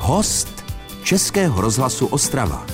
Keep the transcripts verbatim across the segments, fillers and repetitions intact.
Host Českého rozhlasu Ostrava.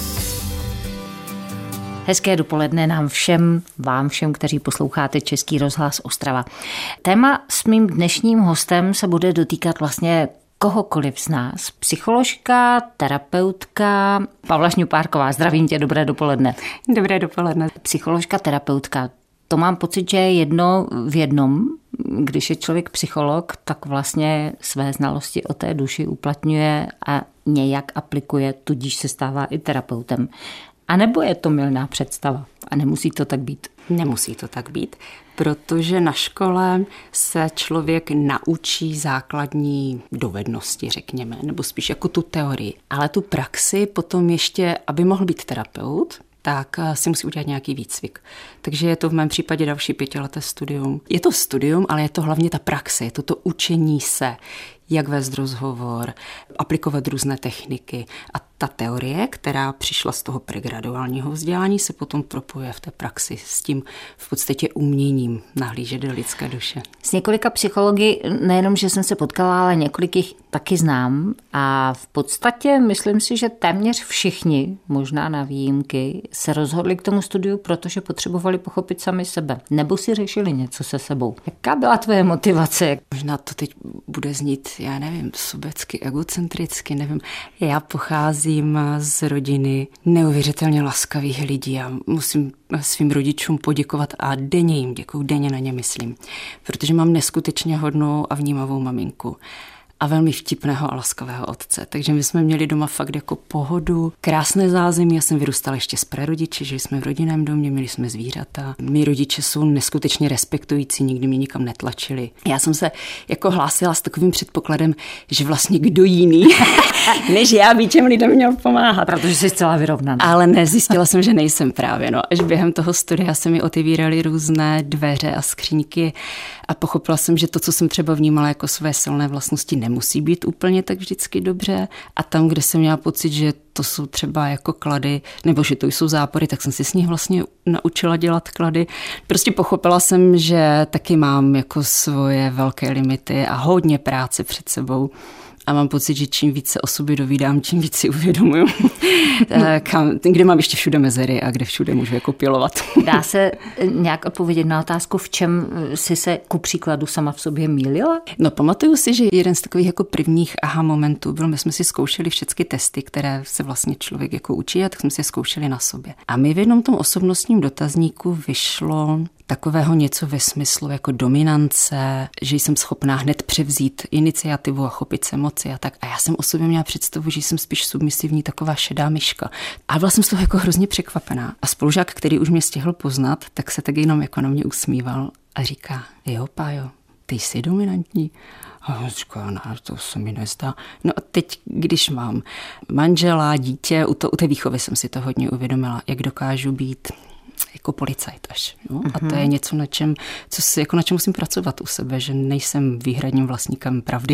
Hezké dopoledne nám všem, vám všem, kteří posloucháte Český rozhlas Ostrava. Téma s mým dnešním hostem se bude dotýkat vlastně kohokoliv z nás. Psycholožka, terapeutka Pavla Šňupárková. Zdravím tě, dobré dopoledne. Dobré dopoledne. Psycholožka, terapeutka. To mám pocit, že je jedno v jednom. Když je člověk psycholog, tak vlastně své znalosti o té duši uplatňuje a nějak aplikuje, tudíž se stává i terapeutem. A nebo je to mylná představa a nemusí to tak být? Nemusí to tak být, protože na škole se člověk naučí základní dovednosti, řekněme, nebo spíš jako tu teorii. Ale tu praxi potom ještě, aby mohl být terapeut, tak si musí udělat nějaký výcvik. Takže je to v mém případě další pětileté studium. Je to studium, ale je to hlavně ta praxe, je to to učení se, jak vést rozhovor, aplikovat různé techniky. A ta teorie, která přišla z toho pregraduálního vzdělání, se potom propojuje v té praxi s tím v podstatě uměním nahlížet do lidské duše. S několika psychologi, nejenom, že jsem se potkala, ale několik jich taky znám a v podstatě myslím si, že téměř všichni, možná na výjimky, se rozhodli k tomu studiu, protože potřebovali pochopit sami sebe. Nebo si řešili něco se sebou. Jaká byla tvoje motivace? Možná to teď bude znít, já nevím, sobecky, egocentricky, nevím. Já pocházím z rodiny neuvěřitelně laskavých lidí a musím svým rodičům poděkovat a denně jim děkuju, denně na ně myslím, protože mám neskutečně hodnou a vnímavou maminku a velmi vtipného a laskavého otce. Takže my jsme měli doma fakt jako pohodu, krásné zázemí. Já jsem vyrůstala ještě s prarodiči, že jsme v rodinném domě, měli jsme zvířata. Mí rodiče jsou neskutečně respektující, nikdy mě nikam netlačili. Já jsem se jako hlásila s takovým předpokladem, že vlastně kdo jiný, než já by těm lidem měl pomáhat. Protože jsi celá vyrovnaná. Ale ne, zjistila jsem, že nejsem právě. No. Až během toho studia se mi otevíraly různé dveře a skříňky a pochopila jsem, že to, co jsem třeba vnímala jako své silné vlastnosti, nemusí být úplně tak vždycky dobře. A tam, kde jsem měla pocit, že to jsou třeba jako klady, nebo že to jsou zápory, tak jsem si s nich vlastně naučila dělat klady. Prostě pochopila jsem, že taky mám jako svoje velké limity a hodně práce před sebou. A mám pocit, že čím víc se o sobě dovídám, tím víc si uvědomuju, kam, kde mám ještě všude mezery a kde všude můžu jako pilovat. Dá se nějak odpovědět na otázku, v čem jsi se ku příkladu sama v sobě mýlila? No pamatuju si, že jeden z takových jako prvních aha momentů byl, my jsme si zkoušeli všechny testy, které se vlastně člověk jako učí, a tak jsme si je zkoušeli na sobě. A mi v jednom tom osobnostním dotazníku vyšlo takového něco ve smyslu jako dominance, že jsem schopná hned převzít iniciativu a chopit se moci a tak. A já jsem o sobě měla představu, že jsem spíš submisivní, taková šedá myška. A byla jsem z toho jako hrozně překvapená. A spolužák, který už mě stihl poznat, tak se tak jenom jako na mě usmíval a říká: jo, Pájo, ty jsi dominantní. A já říkám, no, to se mi nezdá. No a teď, když mám manžela, dítě, u, to, u té výchovy jsem si to hodně uvědomila, jak dokážu být jako policajt až. No? A to je něco, na čem, co si, jako na čem musím pracovat u sebe, že nejsem výhradním vlastníkem pravdy.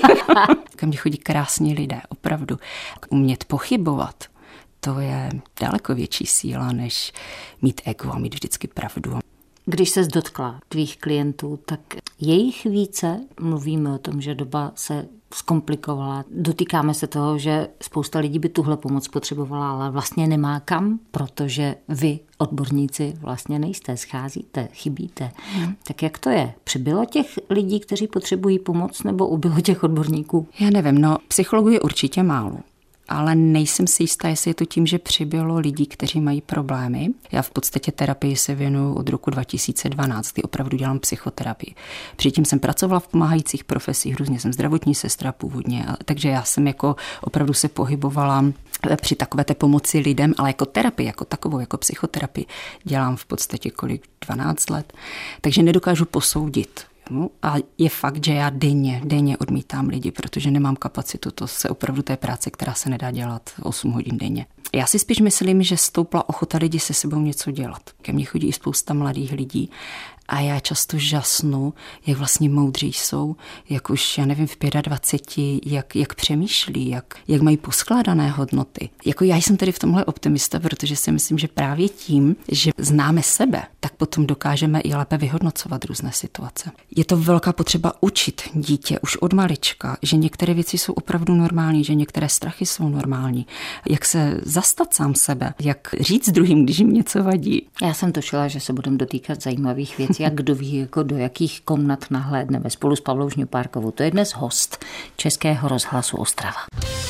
Kam chodí krásní lidé, opravdu. Umět pochybovat, to je daleko větší síla, než mít ego a mít vždycky pravdu. Když ses dotkla tvých klientů, tak je jich více? Mluvíme o tom, že doba se zkomplikovala. Dotýkáme se toho, že spousta lidí by tuhle pomoc potřebovala, ale vlastně nemá kam, protože vy, odborníci, vlastně nejste, scházíte, chybíte. Hmm. Tak jak to je? Přibylo těch lidí, kteří potřebují pomoc, nebo ubylo těch odborníků? Já nevím, no psychologů je určitě málo. Ale nejsem si jistá, jestli je to tím, že přibylo lidí, kteří mají problémy. Já v podstatě terapii se věnuju od roku dva tisíce dvanáct, kdy opravdu dělám psychoterapii. Předtím jsem pracovala v pomáhajících profesích, různě jsem zdravotní sestra původně, takže já jsem jako opravdu se pohybovala při takové té pomoci lidem, ale jako terapii, jako takovou, jako psychoterapii dělám v podstatě kolik dvanáct let, takže nedokážu posoudit. No, a je fakt, že já denně, denně odmítám lidi, protože nemám kapacitu. To se opravdu té práce, která se nedá dělat osm hodin denně. Já si spíš myslím, že stoupla ochota lidí se sebou něco dělat. Ke mně chodí i spousta mladých lidí A já často žasnu, jak vlastně moudří jsou, jak už, já nevím, v dvaceti pěti, jak, jak přemýšlí, jak, jak mají poskládané hodnoty. Jako já jsem tady v tomhle optimista, protože si myslím, že právě tím, že známe sebe, tak potom dokážeme i lépe vyhodnocovat různé situace. Je to velká potřeba učit dítě už od malička, že některé věci jsou opravdu normální, že některé strachy jsou normální. Jak se zastat sám sebe, jak říct druhým, když jim něco vadí. Já jsem tušila, že se budeme dotýkat zajímavých věcí, jak kdo ví, jako do jakých komnat nahlédneme spolu s Pavlou Žňupárkovou. To je dnes host Českého rozhlasu Ostrava.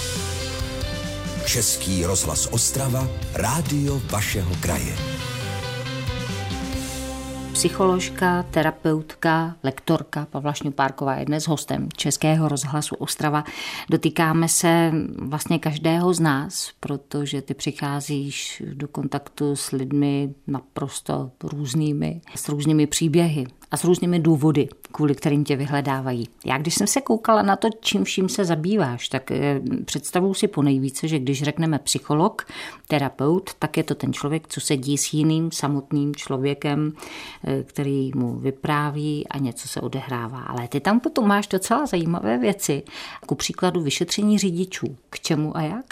Český rozhlas Ostrava, rádio vašeho kraje. Psycholožka, terapeutka, lektorka Pavla Žňupárková je dnes hostem Českého rozhlasu Ostrava. Dotýkáme se vlastně každého z nás, protože ty přicházíš do kontaktu s lidmi naprosto různými, s různými příběhy a s různými důvody, kvůli kterým tě vyhledávají. Já když jsem se koukala na to, čím vším se zabýváš, tak představuji si ponejvíce, že když řekneme psycholog, terapeut, tak je to ten člověk, co sedí s jiným samotným člověkem, který mu vypráví a něco se odehrává. Ale ty tam potom máš docela zajímavé věci. Ku příkladu vyšetření řidičů. K čemu a jak?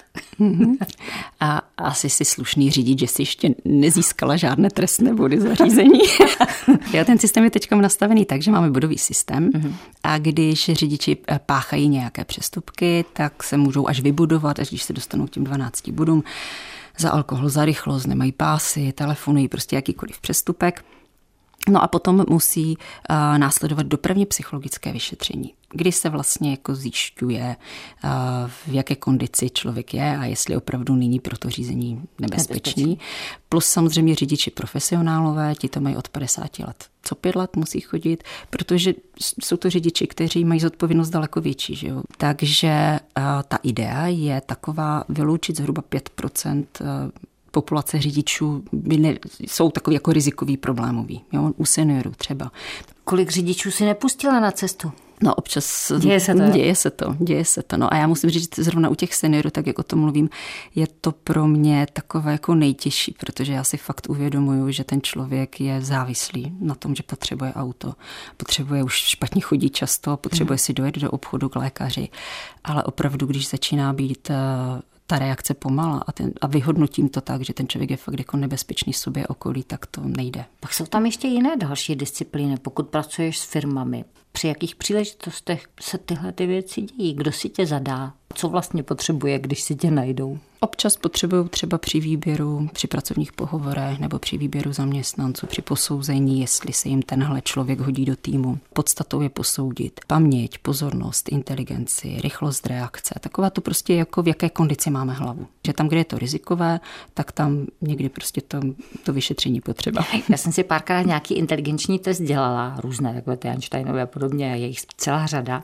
A asi si slušný řidič, že jsi ještě nezískala žádné trestné body za řízení. Jo, ten systém je teď nastavený tak, že máme bodový systém mm-hmm. a když řidiči páchají nějaké přestupky, tak se můžou až vybudovat, až když se dostanou k těm dvanácti bodům za alkohol, za rychlost, nemají pásy, telefonují, prostě jakýkoliv přestupek. No a potom musí uh, následovat dopravně psychologické vyšetření, kdy se vlastně jako zjišťuje, uh, v jaké kondici člověk je a jestli opravdu není pro to řízení nebezpečný. nebezpečný. Plus samozřejmě řidiči profesionálové, ti to mají od padesáti let. Co pět let musí chodit, protože jsou to řidiči, kteří mají zodpovědnost daleko větší. Že jo? Takže uh, ta idea je taková vyloučit zhruba pět procent uh, populace řidičů by ne, jsou takový jako rizikový problémový. Jo? U seniorů třeba. Kolik řidičů si nepustila na cestu? No občas děje se to. Děje se to, děje se to. No a já musím říct, zrovna u těch seniorů, tak jak o tom mluvím, je to pro mě takové jako nejtěžší, protože já si fakt uvědomuju, že ten člověk je závislý na tom, že potřebuje auto, potřebuje už špatně chodit často, potřebuje hmm. si dojet do obchodu k lékaři, ale opravdu, když začíná být ta reakce pomalá a, ten, a vyhodnotím to tak, že ten člověk je fakt jako nebezpečný sobě okolí, tak to nejde. Pak jsou tam ještě jiné další disciplíny, pokud pracuješ s firmami. Při jakých příležitostech se tyhle ty věci dějí? Kdo si tě zadá? Co vlastně potřebuje, když si tě najdou? Občas potřebují třeba při výběru, při pracovních pohovorech nebo při výběru zaměstnanců, při posouzení, jestli se jim tenhle člověk hodí do týmu. Podstatou je posoudit paměť, pozornost, inteligenci, rychlost reakce. Taková to prostě jako v jaké kondici máme hlavu. Že tam, kde je to rizikové, tak tam někdy prostě to, to vyšetření potřeba. Já jsem si párkrát nějaký inteligenční test dělala, různé, jako ty Einsteinové a podobně, je jich celá řada.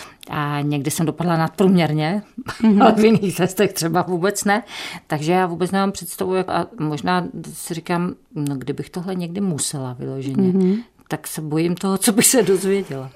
A někdy jsem dopadla nadprůměrně, mm-hmm. ale v jiných testech třeba vůbec ne. Takže já vůbec nemám představu, jak, a možná si říkám, no kdybych tohle někdy musela vyloženě, mm-hmm. tak se bojím toho, co bych se dozvěděla.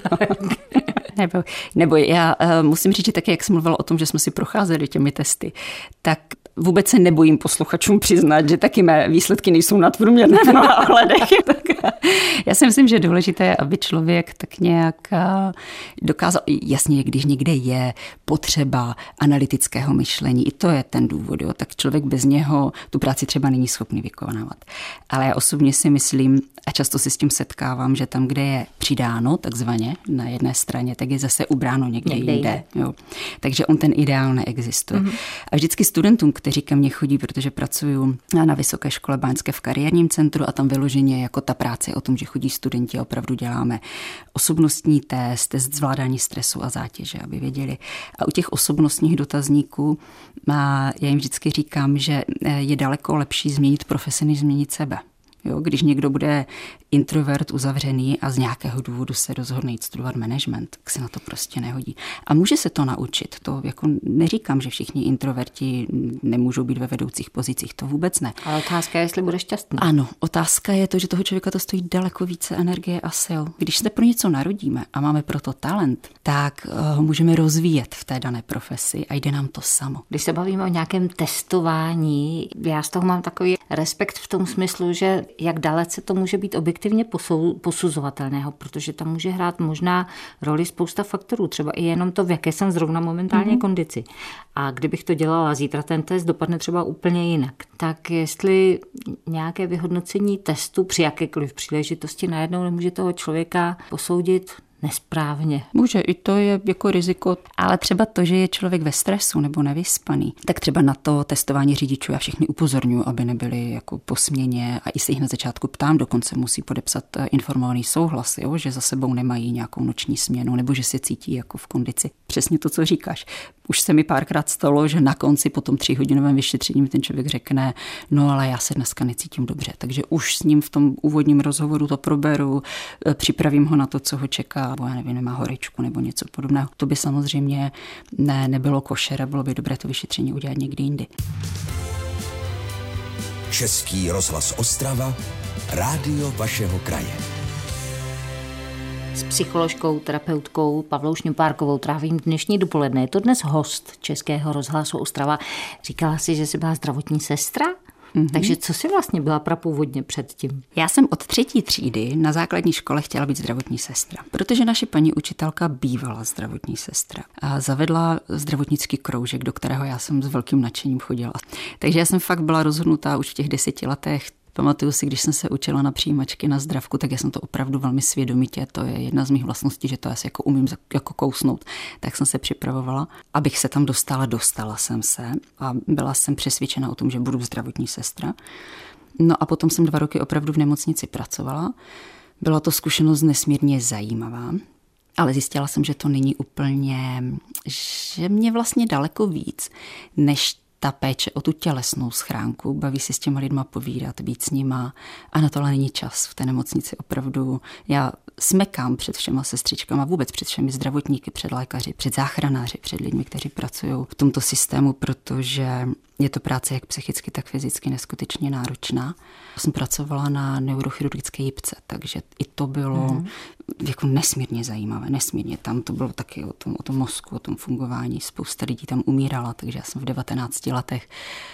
nebo, nebo já uh, musím říct, že taky, jak jsem mluvila o tom, že jsme si procházeli těmi testy, tak vůbec se nebojím posluchačům přiznat, že taky mé výsledky nejsou nadprůměrné v mnoha ohledech. Já si myslím, že je důležité, aby člověk tak nějak dokázal, jasně, když někde je potřeba analytického myšlení, i to je ten důvod, jo, tak člověk bez něho tu práci třeba není schopný vykonávat. Ale já osobně si myslím, a často se s tím setkávám, že tam, kde je přidáno, takzvaně na jedné straně, tak je zase ubráno někde, někde jinde. Jo. Takže on ten ideál neexistuje. Mm-hmm. A vždycky studentům, kteří ke mně chodí, protože pracuju na Vysoké škole báňské v kariérním centru a tam vyloženě jako ta práce o tom, že chodí studenti a opravdu děláme osobnostní test, test zvládání stresu a zátěže, aby věděli. A u těch osobnostních dotazníků já jim vždycky říkám, že je daleko lepší změnit profesi, než změnit sebe. Jo, když někdo bude introvert, uzavřený a z nějakého důvodu se rozhodne jít studovat management, tak se na to prostě nehodí. A může se to naučit. To jako neříkám, že všichni introverti nemůžou být ve vedoucích pozicích, to vůbec ne. Ale otázka je, jestli bude šťastný. Ano, otázka je to, že toho člověka to stojí daleko více energie a sil. Když se pro něco narodíme a máme pro to talent, tak ho můžeme rozvíjet v té dané profesi a jde nám to samo. Když se bavíme o nějakém testování, já z toho mám takový respekt v tom smyslu, že jak dalece to může být objektivní objektivně posuzovatelného, protože tam může hrát možná roli spousta faktorů, třeba i jenom to, v jaké jsem zrovna momentálně mm-hmm. kondici. A kdybych to dělala zítra, ten test dopadne třeba úplně jinak. Tak jestli nějaké vyhodnocení testu při jakékoliv příležitosti najednou nemůže toho člověka posoudit nesprávně. Může, i to je jako riziko, ale třeba to, že je člověk ve stresu nebo nevyspaný, tak třeba na to testování řidičů já všechny upozorňuji, aby nebyli jako po směně a i se jich na začátku ptám, dokonce musí podepsat informovaný souhlas, jo, že za sebou nemají nějakou noční směnu nebo že se cítí jako v kondici. Přesně to, co říkáš. Už se mi párkrát stalo, že na konci po tom tříhodinovém vyšetření ten člověk řekne, no ale já se dneska necítím dobře, takže už s ním v tom úvodním rozhovoru to proberu, připravím ho na to, co ho čeká, nebo já nevím, nemá horečku nebo něco podobného. To by samozřejmě ne, nebylo košer a bylo by dobré to vyšetření udělat někdy jindy. Český rozhlas Ostrava, rádio vašeho kraje. S psycholožkou, terapeutkou Pavlou Šňupárkovou trávím dnešní dopoledne. Je to dnes host Českého rozhlasu Ostrava. Říkala si, že jsi byla zdravotní sestra? Mm-hmm. Takže co jsi vlastně byla prapůvodně předtím? Já jsem od třetí třídy na základní škole chtěla být zdravotní sestra, protože naše paní učitelka bývala zdravotní sestra a zavedla zdravotnický kroužek, do kterého já jsem s velkým nadšením chodila. Takže já jsem fakt byla rozhodnutá už v těch deseti letech. Pamatuju si, když jsem se učila na přijímačky na zdravku, tak já jsem to opravdu velmi svědomitě, to je jedna z mých vlastností, že to asi jako umím jako kousnout, tak jsem se připravovala, abych se tam dostala, dostala jsem se a byla jsem přesvědčena o tom, že budu zdravotní sestra. No a potom jsem dva roky opravdu v nemocnici pracovala. Byla to zkušenost nesmírně zajímavá, ale zjistila jsem, že to není úplně, že mě vlastně daleko víc, než ta péče o tu tělesnou schránku, baví se s těma lidma povídat, být s nima a na tohle není čas v té nemocnici opravdu. Já smekám před všema sestřičkama, vůbec před všemi zdravotníky, před lékaři, před záchranáři, před lidmi, kteří pracují v tomto systému, protože je to práce jak psychicky, tak fyzicky neskutečně náročná. Jsem pracovala na neurochirurgické jipce, takže i to bylo mm. jako nesmírně zajímavé, nesmírně. Tam to bylo taky o tom, o tom mozku, o tom fungování. Spousta lidí tam umírala, takže já jsem v devatenácti letech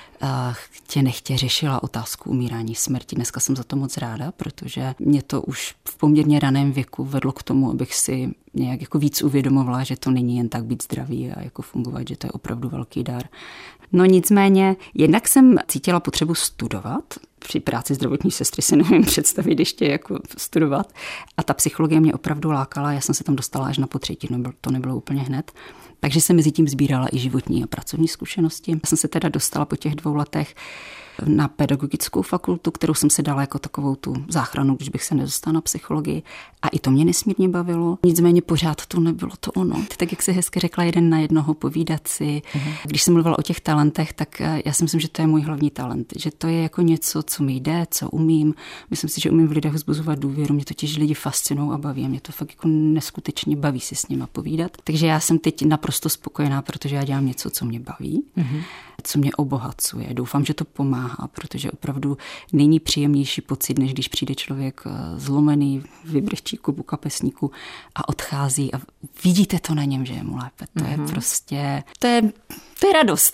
chtě nechtě řešila otázku umírání, smrti. Dneska jsem za to moc ráda, protože mě to už v poměrně raném věku vedlo k tomu, abych si nějak jako víc uvědomovala, že to není jen tak být zdravý a jako fungovat, že to je opravdu velký dar. No nicméně, jednak jsem cítila potřebu studovat. Při práci zdravotní sestry si nevím představit ještě jako studovat. A ta psychologie mě opravdu lákala, já jsem se tam dostala až na potřetí, to nebylo úplně hned. Takže jsem mezi tím sbírala i životní a pracovní zkušenosti. Já jsem se teda dostala po těch dvou letech na pedagogickou fakultu, kterou jsem si dala jako takovou tu záchranu, když bych se nedostala na psychologii. A i to mě nesmírně bavilo. Nicméně pořád to nebylo to ono. Tak jak si hezky řekla, jeden na jednoho povídat si. Mhm. Když jsem mluvila o těch talentech, tak já si myslím, že to je můj hlavní talent. Že to je jako něco, co mi jde, co umím. Myslím si, že umím v lidech vzbuzovat důvěru. Mě totiž lidi fascinují a baví. A mě to fakt jako neskutečně baví si s nima povídat. Takže já jsem teď naprosto spokojená, protože já dělám něco, co mě baví, mhm. co mě obohacuje. Doufám, že to pomáhá, protože opravdu není příjemnější pocit, než když přijde člověk zlomený, vybrečí kubu kapesníku a odchází a vidíte to na něm, že je mu lépe. To mm-hmm. je prostě, to je, to je radost.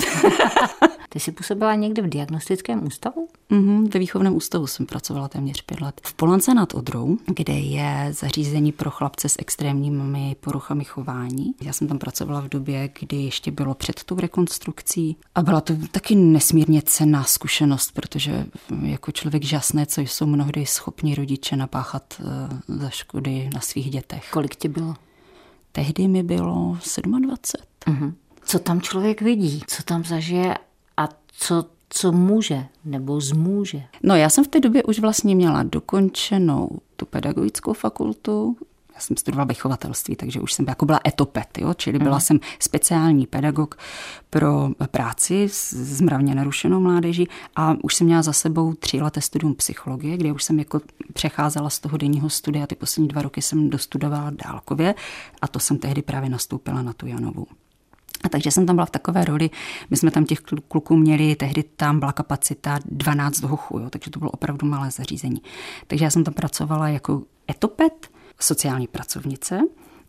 Ty jsi působila někde v diagnostickém ústavu? Mm-hmm, ve výchovném ústavu jsem pracovala téměř pět let. V Polance nad Odrou, kde je zařízení pro chlapce s extrémními poruchami chování. Já jsem tam pracovala v době, kdy ještě bylo před tou rekonstrukcí a byla to taky nesmírně cenná zkušenost, protože jako člověk žasné, co jsou mnohdy schopni rodiče napáchat za škody na svých dětech. Kolik ti bylo? Tehdy mi bylo dvacet sedm. Mm-hmm. Co tam člověk vidí? Co tam zažije a co, co může nebo zmůže? No já jsem v té době už vlastně měla dokončenou tu pedagogickou fakultu. Já jsem studovala vychovatelství, takže už jsem jako byla etopet, jo? Čili byla mm. jsem speciální pedagog pro práci s mravně narušenou mládeží a už jsem měla za sebou tři leté studium psychologie, kde už jsem jako přecházela z toho denního studia. Ty poslední dva roky jsem dostudovala dálkově a to jsem tehdy právě nastoupila na tu Janovu. A takže jsem tam byla v takové roli, my jsme tam těch kluků měli, tehdy tam byla kapacita dvanáct hochů, jo, takže to bylo opravdu malé zařízení. Takže já jsem tam pracovala jako etopet, sociální pracovnice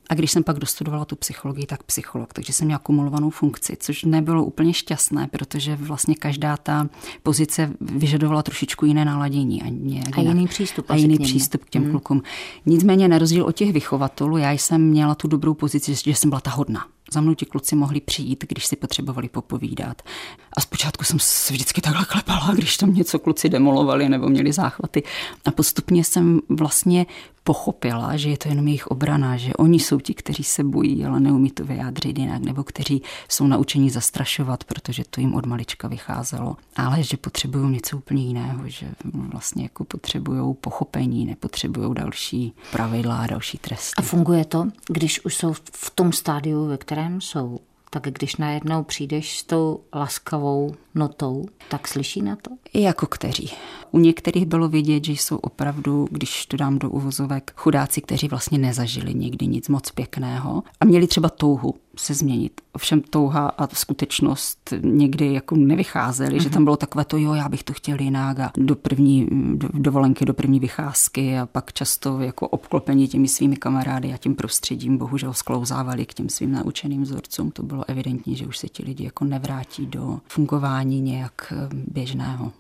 A když jsem pak dostudovala tu psychologii, tak psycholog, takže jsem měla kumulovanou funkci, což nebylo úplně šťastné, protože vlastně každá ta pozice vyžadovala trošičku jiné naladění. A, a jiný přístup. A jiný k přístup k těm hmm. klukům. Nicméně na rozdíl od těch vychovatelů, já jsem měla tu dobrou pozici, že jsem byla ta hodná. Za mnou ti kluci mohli přijít, když si potřebovali popovídat. A zpočátku jsem se vždycky takhle klepala, když tam něco kluci demolovali nebo měli záchvaty. A postupně jsem vlastně pochopila, že je to jenom jejich obrana, že oni jsou ti, kteří se bojí, ale neumí to vyjádřit jinak, nebo kteří jsou naučení zastrašovat, protože to jim od malička vycházelo. Ale že potřebují něco úplně jiného, že vlastně jako potřebují pochopení, nepotřebují další pravidla a další tresty. A funguje to, když už jsou v tom stádiu, ve kterém jsou? Tak když najednou přijdeš s tou laskavou notou, tak slyší na to? Jako kteří. U některých bylo vidět, že jsou opravdu, když to dám do uvozovek, chudáci, kteří vlastně nezažili nikdy nic moc pěkného a měli třeba touhu se změnit. Ovšem touha a skutečnost někdy jako nevycházely, mm-hmm. že tam bylo takové to, jo, já bych to chtěl jinak a do první do, dovolenky, do první vycházky a pak často jako obklopení těmi svými kamarády a tím prostředím bohužel sklouzávali k těm svým naučeným vzorcům. To bylo evidentní, že už se ti lidi jako nevrátí do fungování nějak běžného.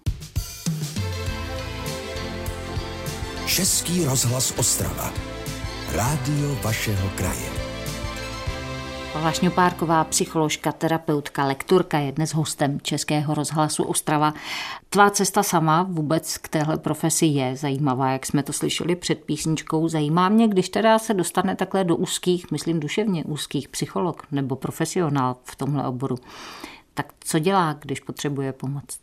Český rozhlas Ostrava. Rádio vašeho kraje. Pavla Šňopárková, psycholožka, terapeutka, lektorka je dnes hostem Českého rozhlasu Ostrava. Tvá cesta sama vůbec k téhle profesi je zajímavá, jak jsme to slyšeli před písničkou. Zajímá mě, když teda se dostane takhle do úzkých, myslím duševně úzkých, psycholog nebo profesionál v tomhle oboru. Tak co dělá, když potřebuje pomoct?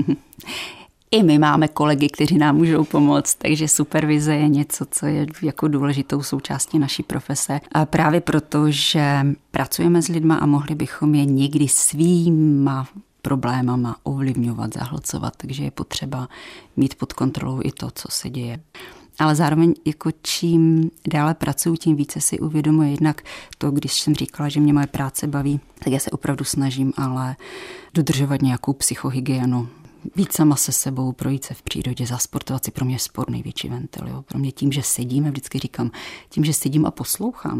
I my máme kolegy, kteří nám můžou pomoct, takže supervize je něco, co je jako důležitou součástí naší profese. A právě proto, že pracujeme s lidma a mohli bychom je někdy svýma problémama ovlivňovat, zahlcovat, takže je potřeba mít pod kontrolou i to, co se děje. Ale zároveň jako čím dále pracuji, tím více si uvědomuji jednak to, když jsem říkala, že mě moje práce baví, tak já se opravdu snažím ale dodržovat nějakou psychohygienu. Být sama se sebou, projít se v přírodě, zasportovat si, pro mě je sport největší ventil. Jo? Pro mě tím, že sedím, já vždycky říkám, tím, že sedím a poslouchám,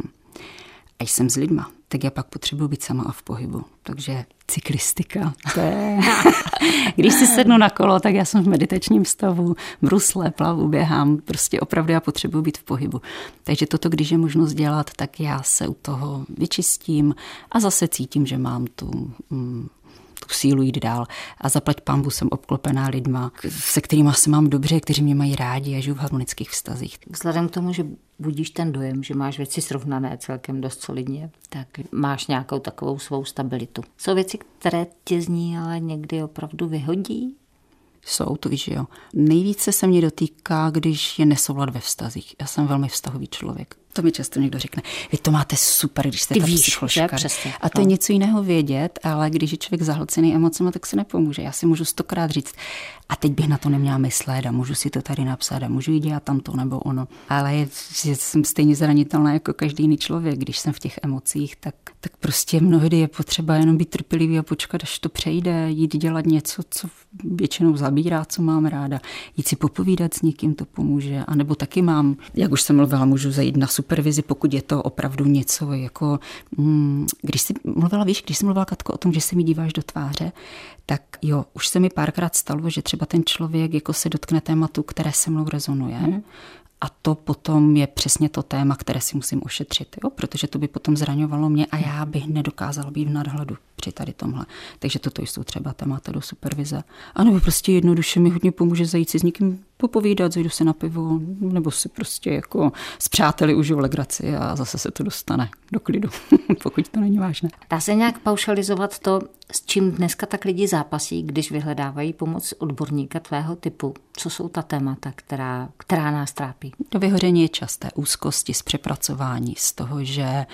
a jsem s lidma, tak já pak potřebuji být sama a v pohybu. Takže cyklistika, to je... Když si sednu na kolo, tak já jsem v meditačním stavu, brusle, plavu, běhám, prostě opravdu já potřebuji být v pohybu. Takže toto, když je možnost dělat, tak já se u toho vyčistím a zase cítím, že mám tu... Mm, tu sílu jít dál. A zaplať pánbu jsem obklopená lidma, se kterými se mám dobře, kteří mě mají rádi a žiju v harmonických vztazích. Vzhledem k tomu, že budíš ten dojem, že máš věci srovnané celkem dost solidně, tak máš nějakou takovou svou stabilitu. Jsou věci, které tě z ní ale někdy opravdu vyhodí? Jsou, to víš, že jo. Nejvíce se mě dotýká, když je nesoulad ve vztazích. Já jsem velmi vztahový člověk. To mi často někdo řekne, vy to máte super, když jste Ty ta víš, psycholožka. Přesně, a to no. je něco jiného vědět, ale když je člověk zahlcený emocemi, tak se nepomůže. Já si můžu stokrát říct, a teď bych na to neměla myslet a můžu si to tady napsat a můžu jít dělat tamto nebo ono. Ale je, že jsem stejně zranitelná jako každý jiný člověk. Když jsem v těch emocích, tak, tak prostě mnohdy je potřeba jenom být trpělivý a počkat, až to přejde, jít dělat něco, co většinou zabírá, co mám ráda. Jít si popovídat s někým, to pomůže. A nebo taky mám, jak už jsem mluvila, můžu zajít na supervizi, pokud je to opravdu něco jako, mm, když jsi mluvila, víš, když jsi mluvila, Katko, o tom, že se mi díváš do tváře, tak jo, už se mi párkrát stalo, že třeba ten člověk jako se dotkne tématu, které se mnou rezonuje. Hmm. A to potom je přesně to téma, které si musím ošetřit, jo? Protože to by potom zraňovalo mě a já bych nedokázala být v nadhledu při tady tomhle. Takže toto jsou třeba témata do supervize. A nebo prostě jednoduše mi hodně pomůže zajít si s někým popovídat, zajdu se na pivo, nebo si prostě jako s přáteli užiju legraci a zase se to dostane do klidu, pokud to není vážné. Dá se nějak paušalizovat to, s čím dneska tak lidi zápasí, když vyhledávají pomoc odborníka tvého typu? Co jsou ta témata, která, která nás trápí? To vyhoření je časté, úzkosti z přepracování, z toho, že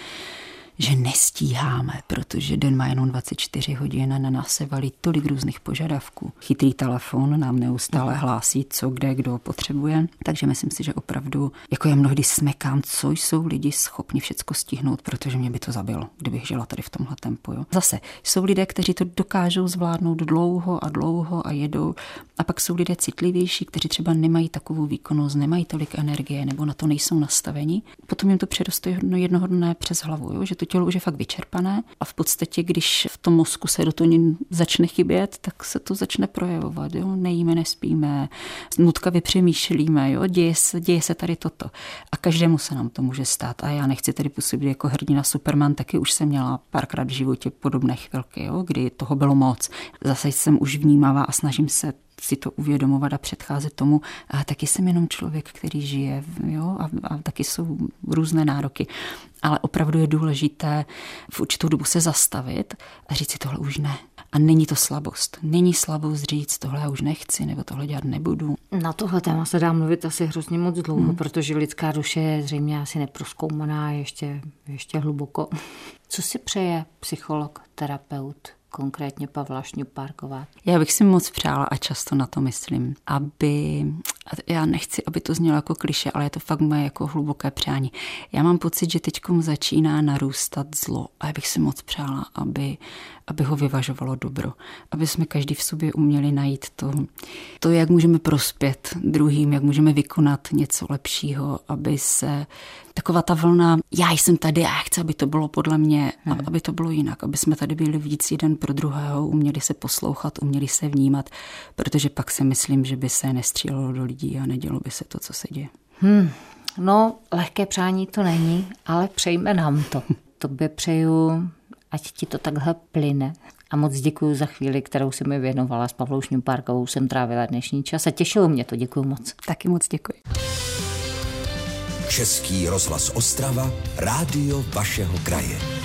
že nestíháme, protože den má jenom dvacet čtyři hodin a na nás se valí tolik různých požadavků. Chytrý telefon nám neustále hlásí, co kde kdo potřebuje, takže myslím si, že opravdu, jako já mnohdy smekám, co jsou lidi schopni všecko stihnout, protože mě by to zabilo, kdybych žila tady v tomhle tempu. Jo. Zase jsou lidé, kteří to dokážou zvládnout dlouho a dlouho a jedou A pak jsou lidé citlivější, kteří třeba nemají takovou výkonnost, nemají tolik energie nebo na to nejsou nastavení. Potom jim to předostojí jednoho dne přes hlavu, jo? Že to tělo už je fakt vyčerpané a v podstatě, když v tom mozku se do toho začne chybět, tak se to začne projevovat. Jo? Nejíme, nespíme, nutkavě přemýšlíme, jo? Děje se, děje se tady toto. A každému se nám to může stát. A já nechci tady působit jako hrdina Superman, taky už jsem měla párkrát v životě podobné chvilky, jo? Kdy toho bylo moc. Zase jsem už vnímavá a snažím se si to uvědomovat a předcházet tomu. A taky jsem jenom člověk, který žije, jo? A, a taky jsou různé nároky. Ale opravdu je důležité v určitou dobu se zastavit a říct si tohle už ne. A není to slabost. Není slabost říct tohle já už nechci nebo tohle dělat nebudu. Na tohle téma se dá mluvit asi hrozně moc dlouho, hmm. protože lidská duše je zřejmě asi neprozkoumaná ještě, ještě hluboko. Co si přeje psycholog, terapeut, konkrétně Pavla Šňupárková? Já bych si moc přála a často na to myslím, aby, já nechci, aby to znělo jako klišé, ale je to fakt moje jako hluboké přání. Já mám pocit, že teďkom začíná narůstat zlo a já bych si moc přála, aby, aby ho vyvažovalo dobro. Aby jsme každý v sobě uměli najít to, to, jak můžeme prospět druhým, jak můžeme vykonat něco lepšího, aby se taková ta vlna, já jsem tady a já chci, aby to bylo podle mě, hmm. aby to bylo jinak, aby jsme tady byli víc jeden pro druhého, uměli se poslouchat, uměli se vnímat, protože pak si myslím, že by se nestřílelo do lidí a nedělo by se to, co se děje. Hmm. No, lehké přání to není, ale přejme nám to. Tobě přeju, ať ti to takhle plyne. A moc děkuji za chvíli, kterou si mi věnovala s Pavlou Šňupárkovou. Jsem trávila dnešní čas a těšilo mě to. Děkuji moc. Taky moc děkuji. Český rozhlas Ostrava, rádio vašeho kraje.